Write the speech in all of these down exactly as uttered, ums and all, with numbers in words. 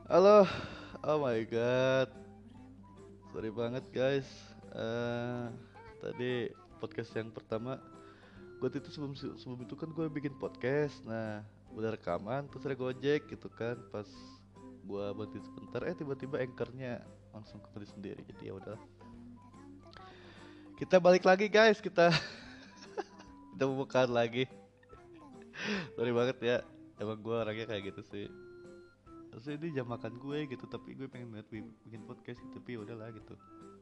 Halo, oh my god, sorry banget guys. Eh tadi podcast yang pertama, gue itu sebelum sebelum itu kan gue bikin podcast. Nah, udah rekaman, terus ada gojek gitu kan. Pas gue berhenti sebentar, eh tiba-tiba anchornya langsung kembali sendiri. Jadi ya udah, kita balik lagi guys. Kita kita bukaan lagi. Sorry banget ya. Emang gue orangnya kayak gitu sih. Terus ini jam makan gue gitu, tapi gue pengen banget bikin podcast gitu, tapi ya udahlah gitu.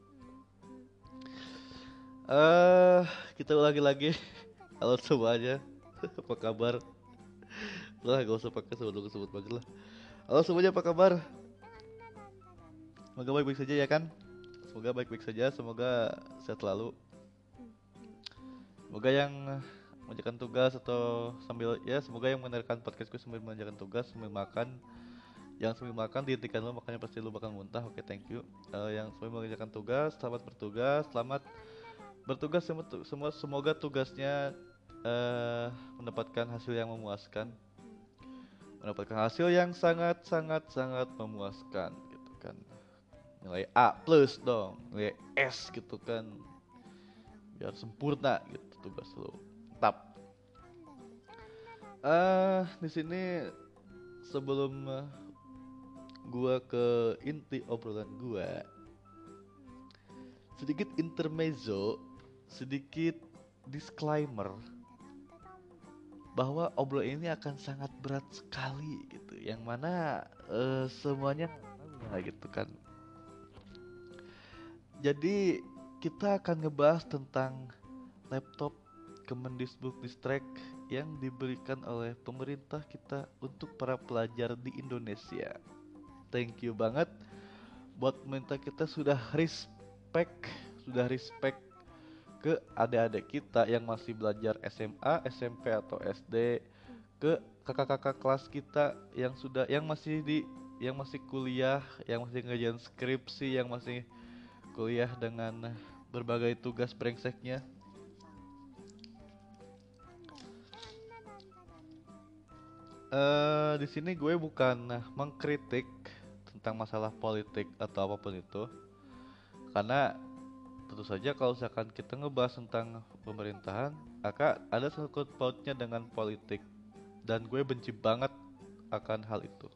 Eh, kita ulangi lagi. Halo semuanya, apa kabar? Lah, gak usah pakai sebelum sebut panggil lah. Halo semuanya, apa kabar? Semoga baik-baik saja ya kan? Semoga baik-baik saja, semoga sehat selalu. Semoga yang mengerjakan tugas atau sambil ya, semoga yang mendengarkan podcastku sambil mengerjakan tugas, sambil makan. Yang sambil makan dihentikan lo, makanya pasti lo bakal muntah. Oke, thank you. Eh, yang sambil mengerjakan tugas, selamat bertugas, selamat bertugas semua, semua semoga tugasnya eh mendapatkan hasil yang memuaskan, mendapatkan hasil yang sangat sangat sangat memuaskan gitu kan. Nilai A plus dong, nilai S gitu kan, biar sempurna gitu tugas lo. Tap. Eh di sini sebelum eh, gua ke inti obrolan gua, sedikit intermezzo, sedikit disclaimer bahwa obrolan ini akan sangat berat sekali gitu, yang mana eh, semuanya nah, gitu kan. Jadi kita akan ngebahas tentang laptop Kemendikbudristek yang diberikan oleh pemerintah kita untuk para pelajar di Indonesia. Thank you banget buat pemerintah kita, sudah respect, sudah respect ke adik-adik kita yang masih belajar S M A, S M P atau S D, ke kakak-kakak kelas kita yang sudah yang masih di yang masih kuliah, yang masih ngerjain skripsi, yang masih kuliah dengan berbagai tugas brengseknya. Eh, di sini gue bukan mengkritik tentang masalah politik atau apapun itu, karena tentu saja kalau misalkan kita ngebahas tentang pemerintahan, akan ada sangkut pautnya dengan politik, dan gue benci banget akan hal itu.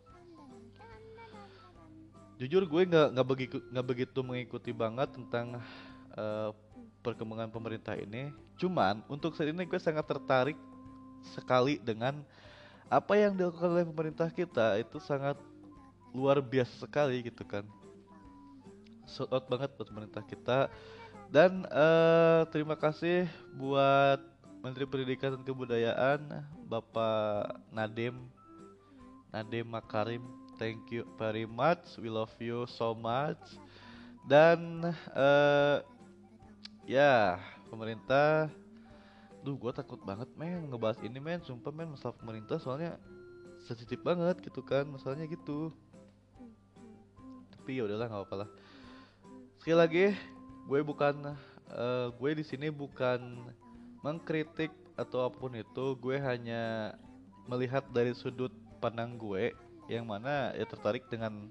Jujur gue nggak nggak begitu nggak begitu mengikuti banget tentang eh, perkembangan pemerintah ini. Cuman untuk saat ini gue sangat tertarik sekali dengan apa yang dilakukan oleh pemerintah kita, itu sangat luar biasa sekali gitu kan. Shout out banget buat pemerintah kita, dan eh, terima kasih buat Menteri Pendidikan dan Kebudayaan Bapak Nadiem Nadiem Makarim. Thank you very much, we love you so much. Dan eh ya, pemerintah, duh gue takut banget men ngebahas ini men, sumpah men, masalah pemerintah soalnya sensitif banget gitu kan, masalahnya gitu. Tapi ya udahlah, nggak apa-apa lah. Sekali lagi, gue bukan eh, gue di sini bukan mengkritik atau apapun itu, gue hanya melihat dari sudut pandang gue, yang mana ya tertarik dengan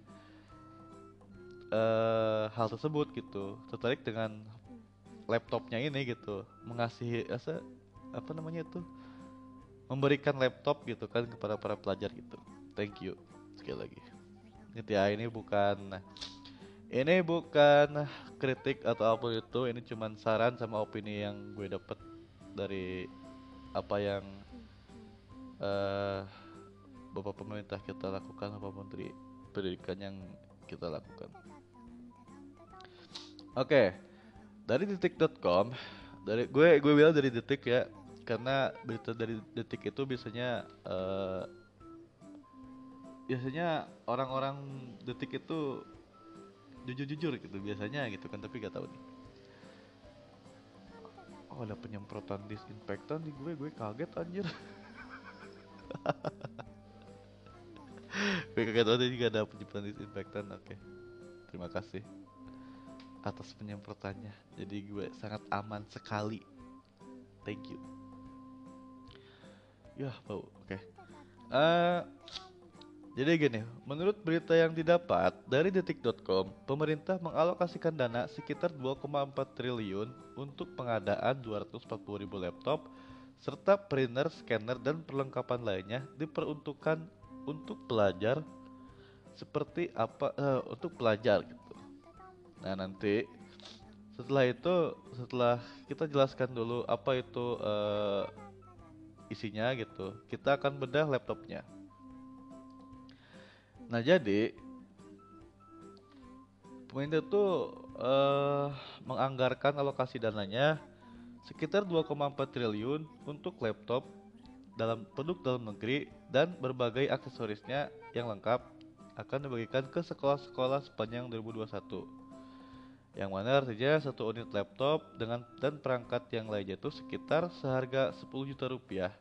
eh, hal tersebut gitu, tertarik dengan laptopnya ini gitu, mengasihi asa apa namanya itu, memberikan laptop gitu kan kepada para pelajar gitu. Thank you sekali lagi. Ingat ya, ini bukan ini bukan kritik atau apa itu, ini cuman saran sama opini yang gue dapet dari apa yang eh Bapak pemerintah kita lakukan, Bapak Menteri Pendidikan yang kita lakukan. Oke, dari detik dot com, dari gue gue bilang dari detik ya, karena berita dari detik itu biasanya eh, biasanya orang-orang detik itu jujur-jujur gitu biasanya gitu kan, tapi gak tahu nih. Oh, ada penyemprotan disinfektan di gue, gue kaget anjir. Gue kaget banget juga ada penyemprotan disinfektan. Oke, terima kasih atas penyemprotannya. Jadi gue sangat aman sekali. Thank you. Ya, bau. Oke. Eh, Jadi gini, menurut berita yang didapat dari detik dot com, pemerintah mengalokasikan dana sekitar dua koma empat triliun untuk pengadaan dua ratus empat puluh ribu laptop serta printer, scanner, dan perlengkapan lainnya diperuntukkan untuk pelajar seperti apa eh, untuk pelajar gitu. Nah, nanti setelah itu setelah kita jelaskan dulu apa itu eh, isinya gitu, kita akan bedah laptopnya. Nah, jadi pemerintah itu eh, menganggarkan alokasi dananya sekitar dua koma empat triliun untuk laptop dalam produk dalam negeri dan berbagai aksesorisnya yang lengkap akan dibagikan ke sekolah-sekolah sepanjang dua ribu dua puluh satu. Yang mana artinya satu unit laptop dengan dan perangkat yang lainnya itu sekitar seharga sepuluh juta rupiah.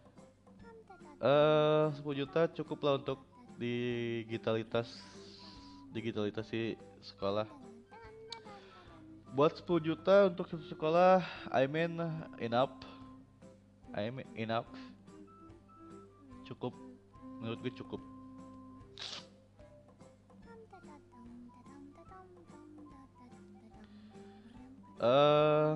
Eh sepuluh juta cukuplah untuk digitalitas digitalisasi sekolah. Buat sepuluh juta untuk satu sekolah, I mean enough. I mean enough. Cukup. Menurut gue cukup. Eh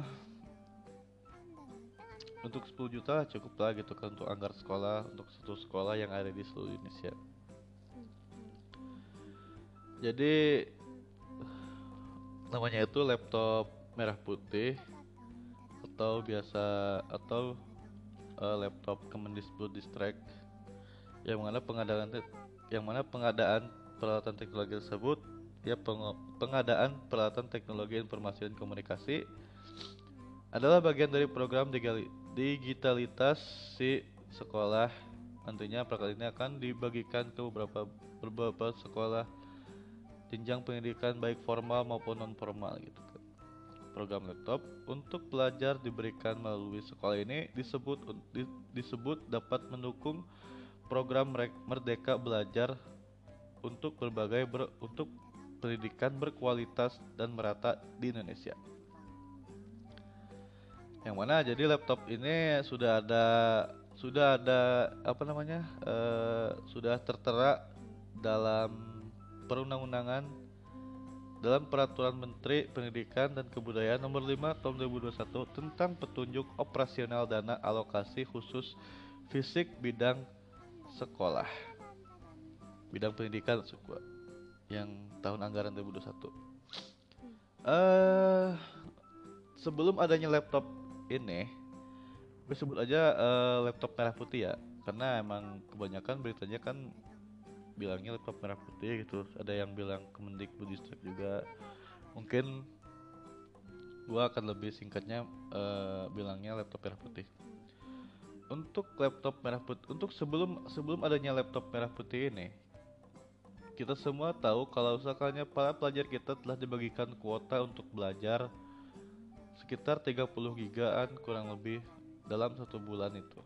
untuk sepuluh juta cukup lah gitu kan untuk anggaran sekolah untuk satu sekolah yang ada di seluruh Indonesia. Jadi namanya itu laptop merah putih atau biasa atau uh, laptop Kemendikbud Distrik yang mana pengadaan yang mana pengadaan peralatan teknologi tersebut ya peng- pengadaan peralatan teknologi informasi dan komunikasi adalah bagian dari program digali- digitalisasi sekolah. Nantinya perangkat ini akan dibagikan ke beberapa beberapa sekolah jenjang pendidikan baik formal maupun non formal gitu kan. Program laptop untuk pelajar diberikan melalui sekolah ini disebut di- disebut dapat mendukung program Merek- Merdeka Belajar untuk berbagai ber- untuk pendidikan berkualitas dan merata di Indonesia. Yang mana jadi laptop ini sudah ada sudah ada apa namanya eh, sudah tertera dalam perundang-undangan dalam Peraturan Menteri Pendidikan dan Kebudayaan Nomor lima Tahun dua ribu dua puluh satu tentang petunjuk operasional dana alokasi khusus fisik bidang sekolah, bidang pendidikan sekolah yang tahun anggaran dua ribu dua puluh satu. Eh, sebelum adanya laptop ini, gue sebut aja eh, laptop merah putih ya, karena emang kebanyakan beritanya kan bilangnya laptop merah putih gitu. Ada yang bilang Kemendikbudristek juga. Mungkin gua akan lebih singkatnya eh, bilangnya laptop merah putih. Untuk laptop merah putih, untuk sebelum sebelum adanya laptop merah putih ini, kita semua tahu kalau misalkannya para pelajar kita telah dibagikan kuota untuk belajar sekitar tiga puluh gigaan kurang lebih dalam satu bulan itu.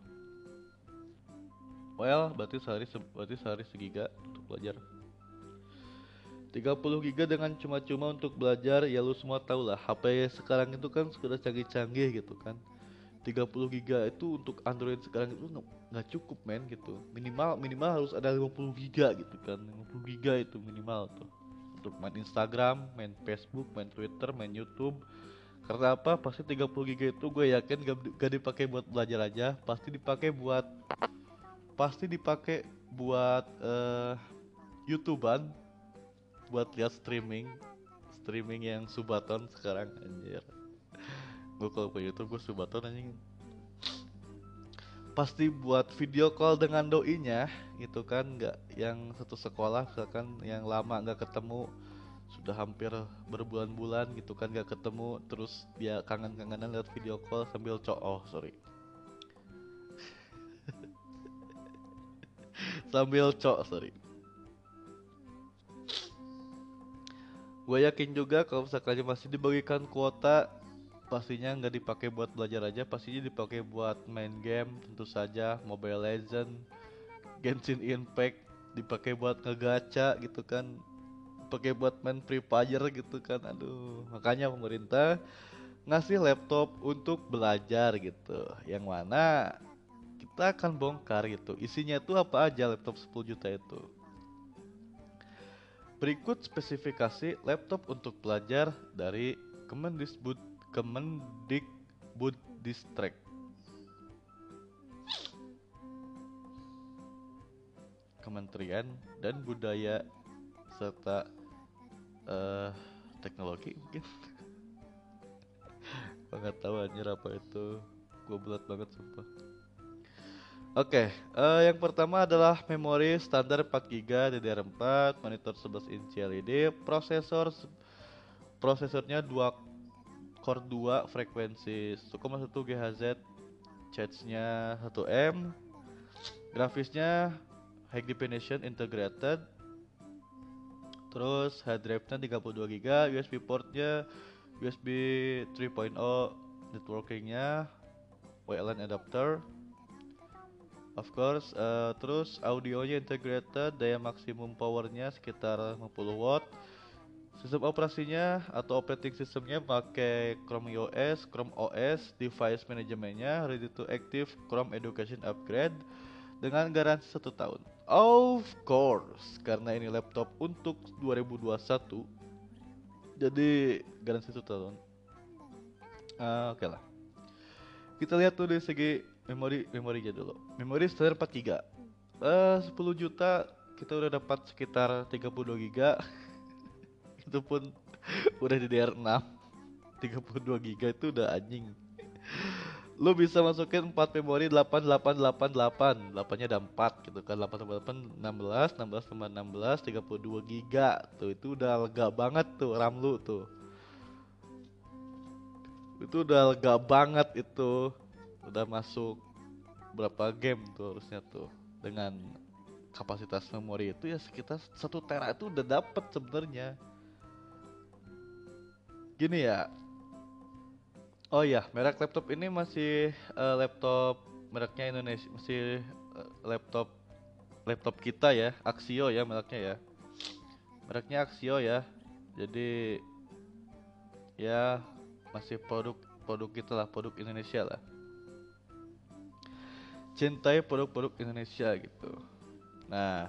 Well, berarti sehari se- berarti sehari segiga untuk belajar. tiga puluh giga dengan cuma-cuma untuk belajar, ya lu semua tahu lah H P sekarang itu kan sudah canggih-canggih gitu kan. tiga puluh giga itu untuk Android sekarang itu nggak nggak cukup men gitu. Minimal minimal harus ada lima puluh giga gitu kan. lima puluh giga itu minimal tuh. Untuk main Instagram, main Facebook, main Twitter, main YouTube. Karena apa? Pasti tiga puluh giga itu gue yakin gak, gak dipakai buat belajar aja, pasti dipakai buat pasti dipakai buat eh YouTubean, buat lihat streaming, streaming yang subaton sekarang anjir. Gue kalau ke YouTube gue subaton anjing. Pasti buat video call dengan doinya gitu kan, nggak yang satu sekolah misalkan yang lama nggak ketemu sudah hampir berbulan-bulan gitu kan nggak ketemu, terus dia kangen-kangenan lihat video call sambil co oh sorry sambil co sorry gue yakin juga kalau misalkan masih dibagikan kuota pastinya nggak dipakai buat belajar aja, pastinya dipakai buat main game tentu saja, Mobile Legend, Genshin Impact, dipakai buat ngegacha gitu kan, pakai buat main Free Fire gitu kan. Aduh, makanya pemerintah ngasih laptop untuk belajar gitu. Yang mana kita akan bongkar gitu. Isinya tuh apa aja laptop sepuluh juta itu. Berikut spesifikasi laptop untuk pelajar dari Kemendikbud Kemendikbudristek. Kementerian dan Budaya serta uh, teknologi mungkin. Banget tahu anjir apa itu. Gua bulat banget sumpah. Oke, uh, yang pertama adalah memori standar empat giga D D R empat, monitor sebelas inci L E D, prosesor prosesornya dua core dua, frekuensi satu koma satu GHz, charge-nya satu M, grafisnya high definition integrated, terus hard drive-nya tiga puluh dua giga, U S B port-nya U S B tiga titik nol, networking-nya W L A N adapter. Of course, uh, terus audionya integrated, daya maksimum powernya sekitar lima puluh watt. Sistem operasinya atau operating systemnya pakai Chrome O S, Chrome O S, device manajemennya ready to active Chrome Education upgrade dengan garansi satu tahun. Of course, karena ini laptop untuk dua ribu dua puluh satu, jadi garansi satu tahun. Uh, Oke okay lah. Kita lihat tuh dari segi memori memorinya dulu. Memori standar empat giga. Eh sepuluh juta kita udah dapat sekitar tiga puluh dua giga. Itu pun udah D D R enam. tiga puluh dua giga itu udah anjing. Lu bisa masukin empat memori delapan delapan delapan delapan. delapan-nya ada empat gitu kan. delapan tambah delapan enam belas, enam belas tambah enam belas tiga puluh dua giga. Tuh itu udah lega banget tuh RAM lu tuh. Itu udah lega banget itu. Udah masuk berapa game tuh harusnya tuh. Dengan kapasitas memori itu ya sekitar satu tera itu udah dapet sebenarnya. Gini ya. Oh iya, merek laptop ini masih uh, laptop mereknya Indonesia, masih uh, laptop laptop kita ya, Axio ya mereknya ya. Mereknya Axio ya. Jadi ya masih produk produk kita lah, produk Indonesia lah. Cintai produk-produk Indonesia gitu. Nah,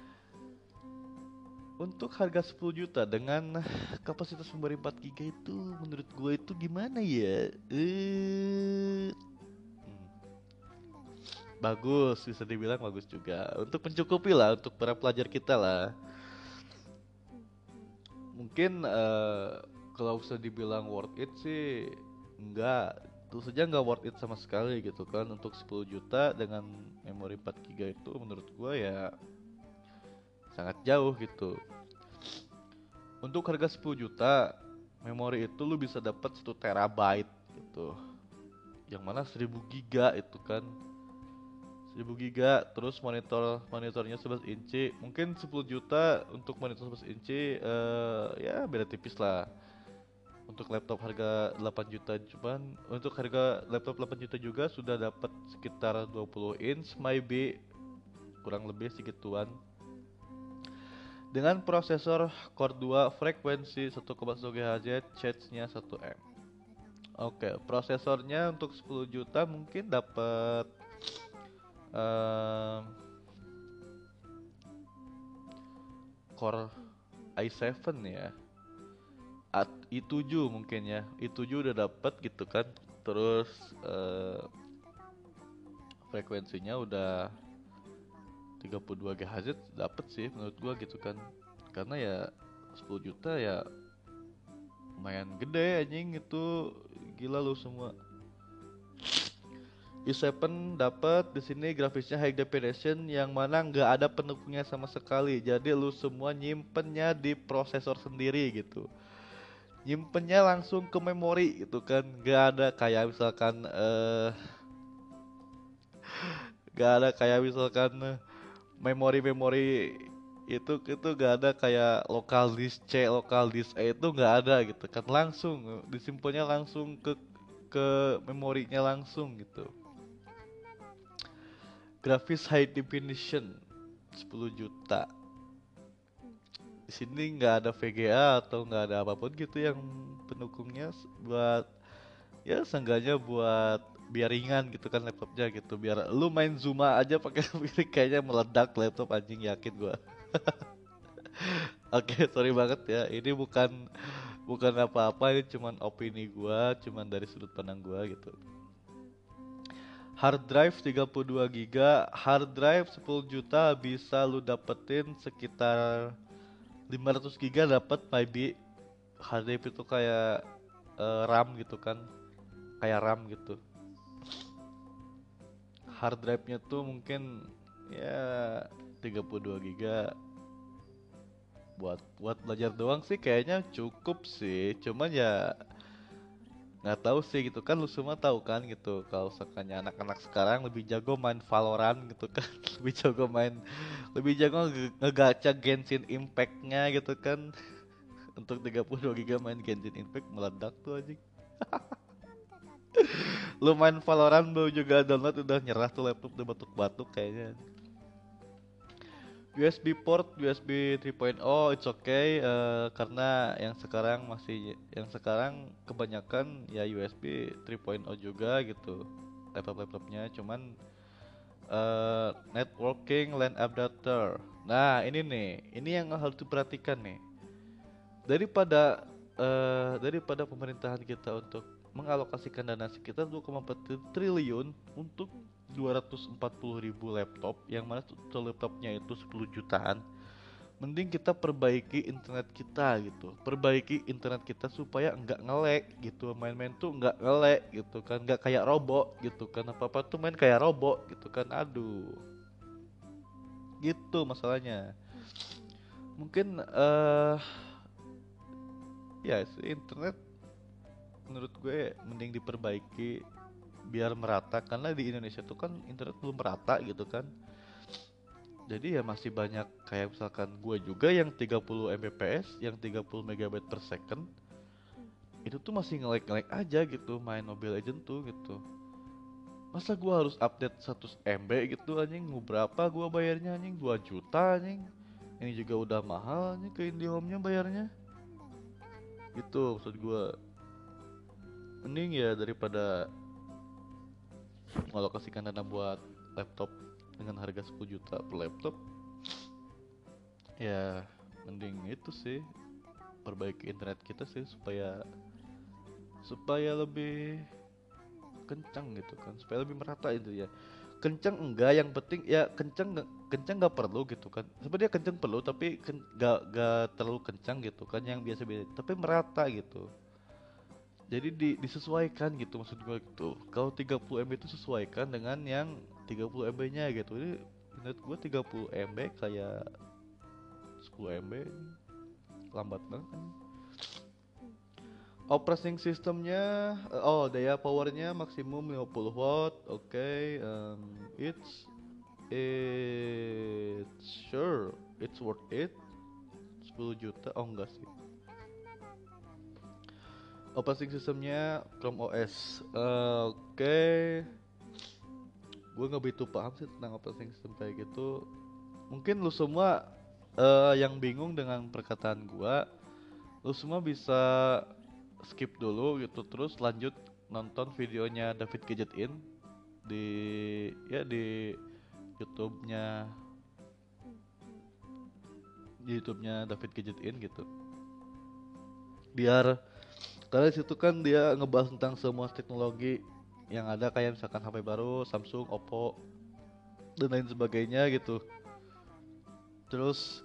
untuk harga sepuluh juta dengan kapasitas memori empat giga itu menurut gue itu gimana ya? Eh, hmm, bagus, bisa dibilang bagus juga. Untuk mencukupi lah untuk para pelajar kita lah. Mungkin uh, kalau bisa dibilang worth it sih enggak. Tentu saja nggak worth it sama sekali gitu kan. Untuk sepuluh juta dengan memori empat giga itu menurut gua ya sangat jauh gitu. Untuk harga sepuluh juta memori itu lu bisa dapat satu terabyte gitu. Yang mana seribu giga itu kan. seribu giga, terus monitor monitornya sebelas inci. Mungkin sepuluh juta untuk monitor sebelas inci uh, ya beda tipis lah. Untuk laptop harga delapan juta, cuman untuk harga laptop delapan juta juga sudah dapat sekitar dua puluh inch maybe, kurang lebih segituan, dengan prosesor Core dua, frekuensi satu koma satu GHz, charge-nya satu M. Oke, prosesornya untuk sepuluh juta mungkin dapat um, Core i tujuh ya, i tujuh mungkin ya, i tujuh udah dapat gitu kan. Terus uh, frekuensinya udah tiga puluh dua GHz dapat sih menurut gua gitu kan. Karena ya sepuluh juta ya lumayan gede anjing itu, gila lu semua. i tujuh dapat di sini grafisnya high definition yang mana nggak ada pendukungnya sama sekali. Jadi lu semua nyimpennya di prosesor sendiri gitu. Nyimpennya langsung ke memori gitu kan, gak ada kayak misalkan eh uh, gak ada kayak misalkan memori-memori itu itu gak ada kayak lokal disk C, lokal disk E, itu gak ada gitu kan, langsung disimpannya langsung ke ke memorinya langsung gitu. Grafis high definition sepuluh juta. Di sini nggak ada V G A atau nggak ada apapun gitu yang pendukungnya buat ya seenggaknya buat biar ringan gitu kan laptopnya gitu, biar lu main Zuma aja pakai kayaknya meledak laptop anjing, yakin gua. Oke, sorry banget ya. Ini bukan bukan apa-apa, ini cuman opini gua, cuman dari sudut pandang gua gitu. Hard drive tiga puluh dua giga, hard drive sepuluh juta bisa lu dapetin sekitar lima ratus giga dapat maybe. Hard drive itu kayak eh, RAM gitu kan, kayak RAM gitu. Hard drive-nya tuh mungkin ya tiga puluh dua giga buat buat belajar doang sih kayaknya cukup sih. Cuman ya nggak tahu sih gitu kan, lu semua tahu kan gitu kalau sekanya anak-anak sekarang lebih jago main Valorant gitu kan, lebih jago main, lebih jago nge- ngegacha Genshin Impact-nya gitu kan. Untuk tiga puluh dua giga main Genshin Impact meledak tuh anjing. Lu main Valorant lu juga download udah nyerah tuh laptop udah batuk-batuk kayaknya. U S B port U S B tiga titik nol it's okay, eh, karena yang sekarang masih yang sekarang kebanyakan ya U S B tiga titik nol juga gitu laptop-laptopnya, cuman eh, networking LAN adapter. Nah, ini nih, ini yang harus diperhatikan nih. Daripada eh, daripada pemerintahan kita untuk mengalokasikan dana sekitar dua koma empat triliun untuk dua ratus empat puluh ribu laptop, yang mana tuh laptopnya itu sepuluh jutaan. Mending kita perbaiki internet kita gitu, perbaiki internet kita supaya nggak ngelek gitu, main-main tuh nggak ngelek gitu kan, nggak kayak robot gitu kan, apa apa tuh main kayak robot gitu kan, aduh, gitu masalahnya. Mungkin eh ya sih, internet menurut gue mending diperbaiki biar merata, karena di Indonesia tuh kan internet belum merata gitu kan. Jadi ya masih banyak kayak misalkan gue juga yang tiga puluh Mbps, yang tiga puluh megabyte per second, itu tuh masih nge-lag-nge-lag aja gitu main Mobile Legend tuh gitu. Masa gua harus update seratus M B gitu anjing, mau berapa gua bayarnya anjing, dua juta anjing. Ini juga udah mahal anjing ke IndiHome-nya bayarnya. Gitu maksud gua. Mending ya daripada mengalokasikan dana buat laptop dengan harga sepuluh juta per laptop, ya mending itu sih, perbaiki internet kita sih supaya supaya lebih kencang gitu kan, supaya lebih merata itu ya. Kencang enggak, yang penting ya kencang nggak, kencang nggak perlu gitu kan, sebenarnya kencang perlu tapi ken- nggak nggak terlalu kencang gitu kan, yang biasa-biasa tapi merata gitu. Jadi di, disesuaikan gitu maksud gue gitu, kalau tiga puluh M B itu sesuaikan dengan yang tiga puluh M B nya gitu. Jadi menurut gue tiga puluh M B kayak sepuluh M B lambat banget kan. Operating sistemnya, eh, oh daya powernya maksimum lima puluh watt, oke. Okay. Um, it's it's sure it's worth it. Sepuluh juta, oh enggak sih. Operating sistemnya Chrome O S, oke. Okay. Gue nggak begitu paham sih tentang operating system kayak gitu. Mungkin lu semua eh, yang bingung dengan perkataan gua, lu semua bisa skip dulu gitu, terus lanjut nonton videonya David Gadget In di ya di YouTube-nya di YouTube-nya David Gadget In gitu. Biar karena di situ kan dia ngebahas tentang semua teknologi yang ada, kayak misalkan H P baru, Samsung, Oppo dan lain sebagainya gitu. Terus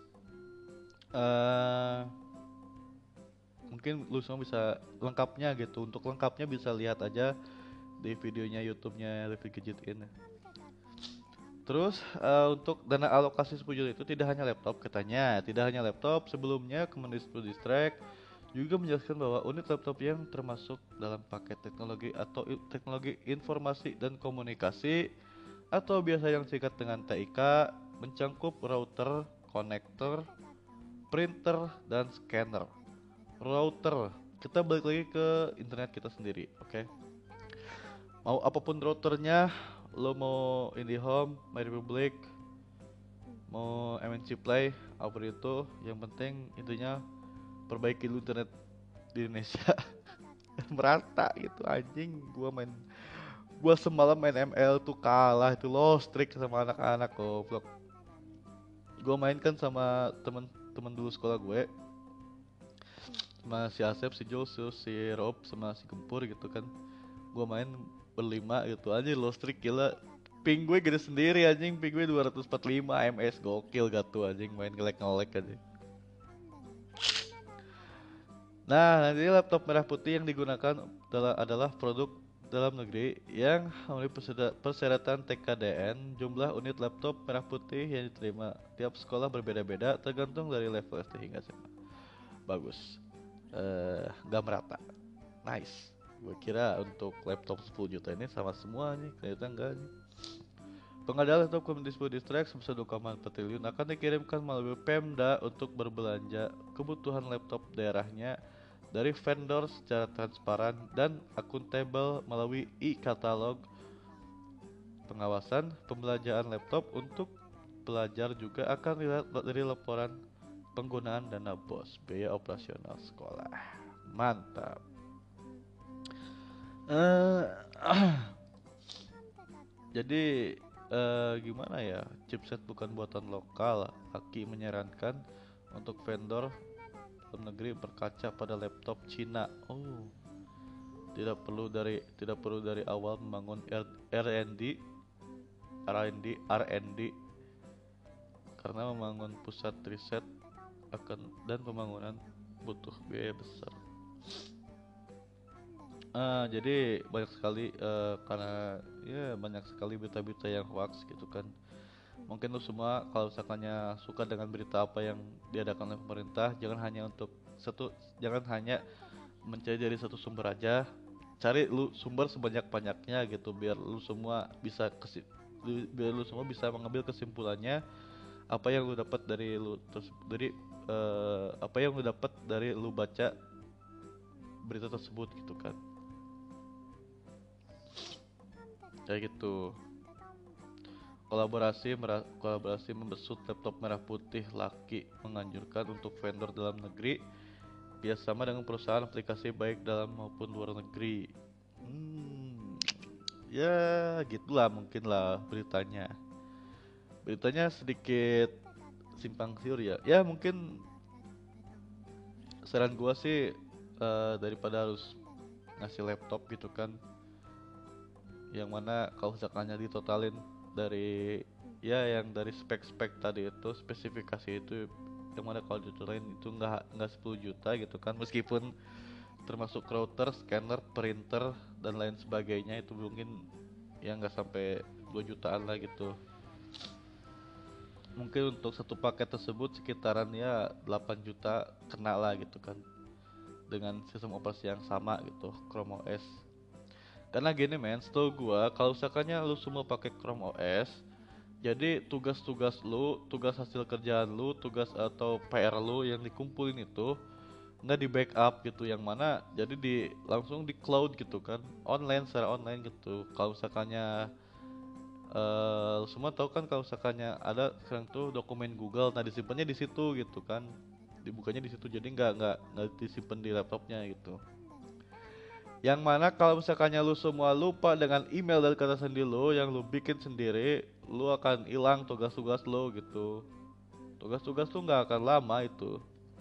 eh mungkin lu semua bisa lengkapnya gitu. Untuk lengkapnya bisa lihat aja di videonya YouTube-nya David Gadget In. Terus eh, untuk dana alokasi sepuluh juta itu tidak hanya laptop katanya, tidak hanya laptop. Sebelumnya Kemendikbudristek juga menjelaskan bahwa unit laptop yang termasuk dalam paket teknologi atau i- teknologi informasi dan komunikasi atau biasa yang singkat dengan T I K mencangkup router, konektor, printer, dan scanner. Router, kita balik lagi ke internet kita sendiri, oke? Okay? Mau apapun routernya, lo mau IndiHome, MyRepublic, mau M N C Play, apa itu, yang penting intinya perbaiki dulu internet di Indonesia. Merata gitu anjing. Gua main gua semalam main M L tuh kalah, itu lost streak sama anak-anak goblok. Gua main kan sama temen teman dulu sekolah gue, sama si Asep, si Jules, si Rob, sama si Gempur gitu kan. Gue main berlima gitu aja, low streak gila. Ping gue gede sendiri anjing, ping gue dua ratus empat puluh lima M S, gokil gak tuh anjing, main ngelek-ngelek aja. Nah, nanti laptop merah putih yang digunakan adalah, adalah produk dalam negeri yang memenuhi perseda- persyaratan T K D N. Jumlah unit laptop merah putih yang diterima tiap sekolah berbeda-beda tergantung dari level S D hingga S M A. Bagus. Eh, gak merata. Nice. Gue kira untuk laptop sepuluh juta ini sama semua nih, ternyata enggak nih. Pengadaan laptop Kemdikbud Distrik sebesar dua koma empat triliun akan dikirimkan melalui Pemda untuk berbelanja kebutuhan laptop daerahnya dari vendor secara transparan dan akuntabel melalui e-katalog. Pengawasan pembelanjaan laptop untuk pelajar juga akan dilihat dari laporan penggunaan dana B O S, biaya operasional sekolah. Mantap. Eh, jadi eh, gimana ya? Chipset bukan buatan lokal. Aki menyarankan untuk vendor dalam negeri berkaca pada laptop Cina. Oh, tidak perlu dari tidak perlu dari awal membangun R- R&D, R&D, R&D karena membangun pusat riset akan dan pembangunan butuh biaya besar. Ah, jadi banyak sekali eh, karena ya banyak sekali berita-berita yang hoax gitu kan. Mungkin lu semua kalau misalkannya suka dengan berita apa yang diadakan oleh pemerintah, jangan hanya untuk satu, jangan hanya mencari dari satu sumber aja. Cari lu sumber sebanyak-banyaknya gitu biar lu semua bisa kesi, lu- biar lu semua bisa mengambil kesimpulannya apa yang lu dapat dari lu terus dari eh, apa yang lu dapat dari lu baca berita tersebut gitu kan. Kayak gitu. Kolaborasi mera- kolaborasi membesut laptop merah putih laki menganjurkan untuk vendor dalam negeri kerjasama dengan perusahaan aplikasi baik dalam maupun luar negeri. Hmm, ya gitulah mungkin lah beritanya. Beritanya sedikit simpang siur ya. Ya mungkin saran gua sih eh, daripada harus ngasih laptop gitu kan, yang mana kalau misalkannya ditotalin dari ya yang dari spek-spek tadi itu spesifikasi itu, yang mana kalau ditotalin itu nggak nggak sepuluh juta gitu kan, meskipun termasuk router, scanner, printer dan lain sebagainya itu mungkin ya nggak sampai dua jutaan lah gitu. Mungkin untuk satu paket tersebut sekitaran ya delapan juta kena lah gitu kan, dengan sistem operasi yang sama gitu, Chrome O S. Karena gini men, setahu gua kalau misalkannya lu semua pakai Chrome O S, jadi tugas-tugas lu, tugas hasil kerjaan lu, tugas atau P R lu yang dikumpulin itu nggak di backup gitu, yang mana jadi di langsung di cloud gitu kan, online secara online gitu. Kalau misalkannya eh, lu semua tahu kan kalau misalkannya ada sekarang tuh dokumen Google, nah disimpannya di situ gitu kan, dibukanya di situ, jadi nggak nggak nggak disimpan di laptopnya gitu. Yang mana kalau misalkannya lu semua lupa dengan email dari kata sandi lu yang lu bikin sendiri, lu akan hilang tugas-tugas lu gitu. Tugas-tugas tuh nggak akan lama itu.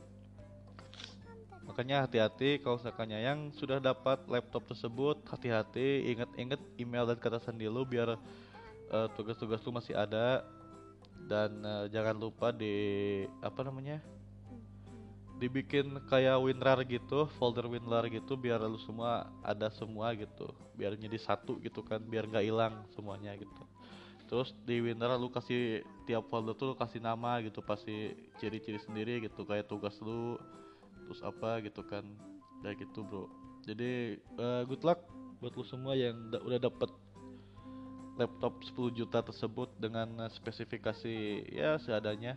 Makanya hati-hati kalau misalkannya yang sudah dapat laptop tersebut, hati-hati, inget-inget email dan kata sandi lu biar eh, tugas-tugas lu masih ada, dan eh, jangan lupa di apa namanya? Dibikin kayak WinRAR gitu, folder WinRAR gitu biar lu semua ada semua gitu. Biar jadi satu gitu kan, biar nggak hilang semuanya gitu. Terus di WinRAR lu kasih tiap folder tuh lu kasih nama gitu, pasti ciri-ciri sendiri gitu kayak tugas lu, terus apa gitu kan. Kayak gitu, Bro. Jadi eh, good luck buat lu semua yang da- udah dapet laptop sepuluh juta tersebut dengan eh, spesifikasi ya seadanya.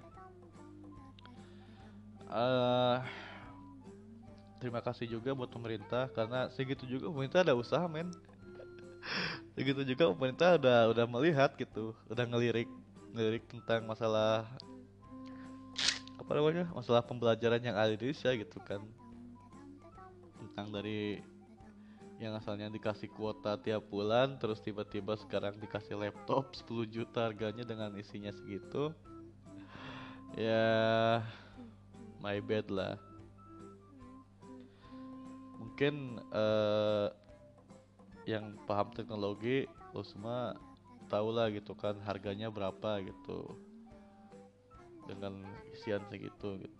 eh Terima kasih juga buat pemerintah karena segitu juga pemerintah ada usaha men. Segitu juga pemerintah udah udah melihat gitu, udah ngelirik ngelirik tentang masalah apa namanya masalah pembelajaran yang ada di Indonesia gitu kan, tentang dari yang asalnya dikasih kuota tiap bulan terus tiba-tiba sekarang dikasih laptop sepuluh juta harganya dengan isinya segitu ya. my bad lah. Mungkin eh, yang paham teknologi lo semua tahu lah gitu kan harganya berapa gitu dengan isian segitu gitu.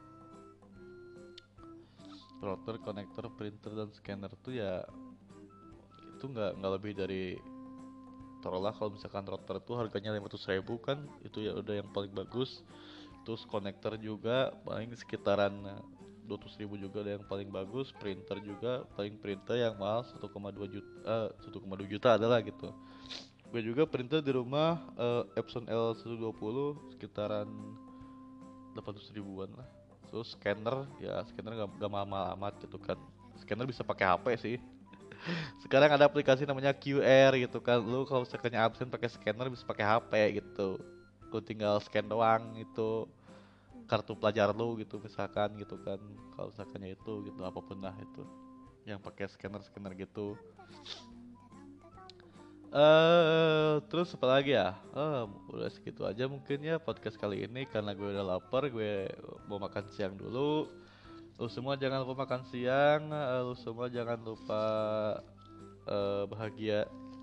Router, konektor, printer dan scanner tuh ya itu nggak nggak lebih dari, taruhlah kalau misalkan router tuh harganya lima ratus ribu kan, itu ya udah yang paling bagus. Terus konektor juga paling sekitaran dua ratus ribu juga ada yang paling bagus. Printer juga paling printer yang mahal satu koma dua juta, eh, satu koma dua juta adalah gitu. Gue juga printer di rumah eh, Epson L seratus dua puluh sekitaran delapan ratus ribuan lah. Terus scanner ya scanner gak, gak mahal-mahal amat gitu kan. Scanner bisa pakai H P sih. Sekarang ada aplikasi namanya Q R gitu kan. Lu kalau misalnya absen pakai scanner bisa pakai H P gitu. Lu tinggal scan doang itu kartu pelajar lu gitu misalkan gitu kan. Kalau misalkannya itu gitu apapun lah itu yang pakai scanner-scanner gitu. Eh terus apa lagi ya? Eh udah segitu aja mungkin ya podcast kali ini karena gue udah lapar, gue mau makan siang dulu. Lu semua jangan lupa makan siang, eh, lu semua jangan lupa eh, bahagia.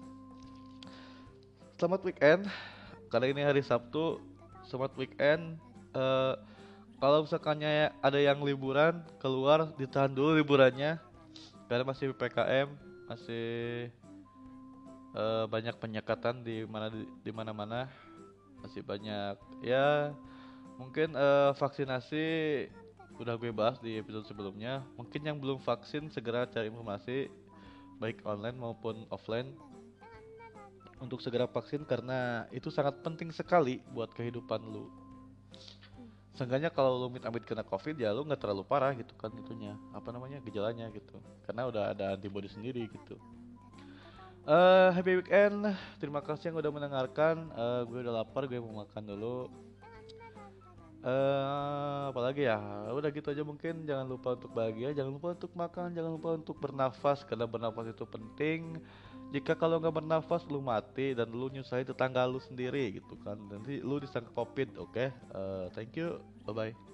Selamat weekend. Karena ini hari Sabtu, selamat weekend. Eh kalau misalkannya ada yang liburan keluar, ditahan dulu liburannya karena masih P P K M, masih eh, banyak penyekatan di mana di mana-mana, masih banyak ya. Mungkin eh, vaksinasi udah gue bahas di episode sebelumnya. Mungkin yang belum vaksin segera cari informasi baik online maupun offline untuk segera vaksin karena itu sangat penting sekali buat kehidupan lu. Seenggaknya kalau lu amit-amit kena covid ya lu nggak terlalu parah gitu kan itunya apa namanya gejalanya gitu karena udah ada antibody sendiri gitu. Eh happy weekend, terima kasih yang udah mendengarkan. Eh gue udah lapar, gue mau makan dulu. Eh apalagi ya, udah gitu aja mungkin. Jangan lupa untuk bahagia, jangan lupa untuk makan, jangan lupa untuk bernafas karena bernafas itu penting. Jika kalau nggak bernafas lu mati dan lu nyusahin tetangga lu sendiri gitu kan. Nanti lu disangka covid, oke? Okay? Eh thank you, bye bye.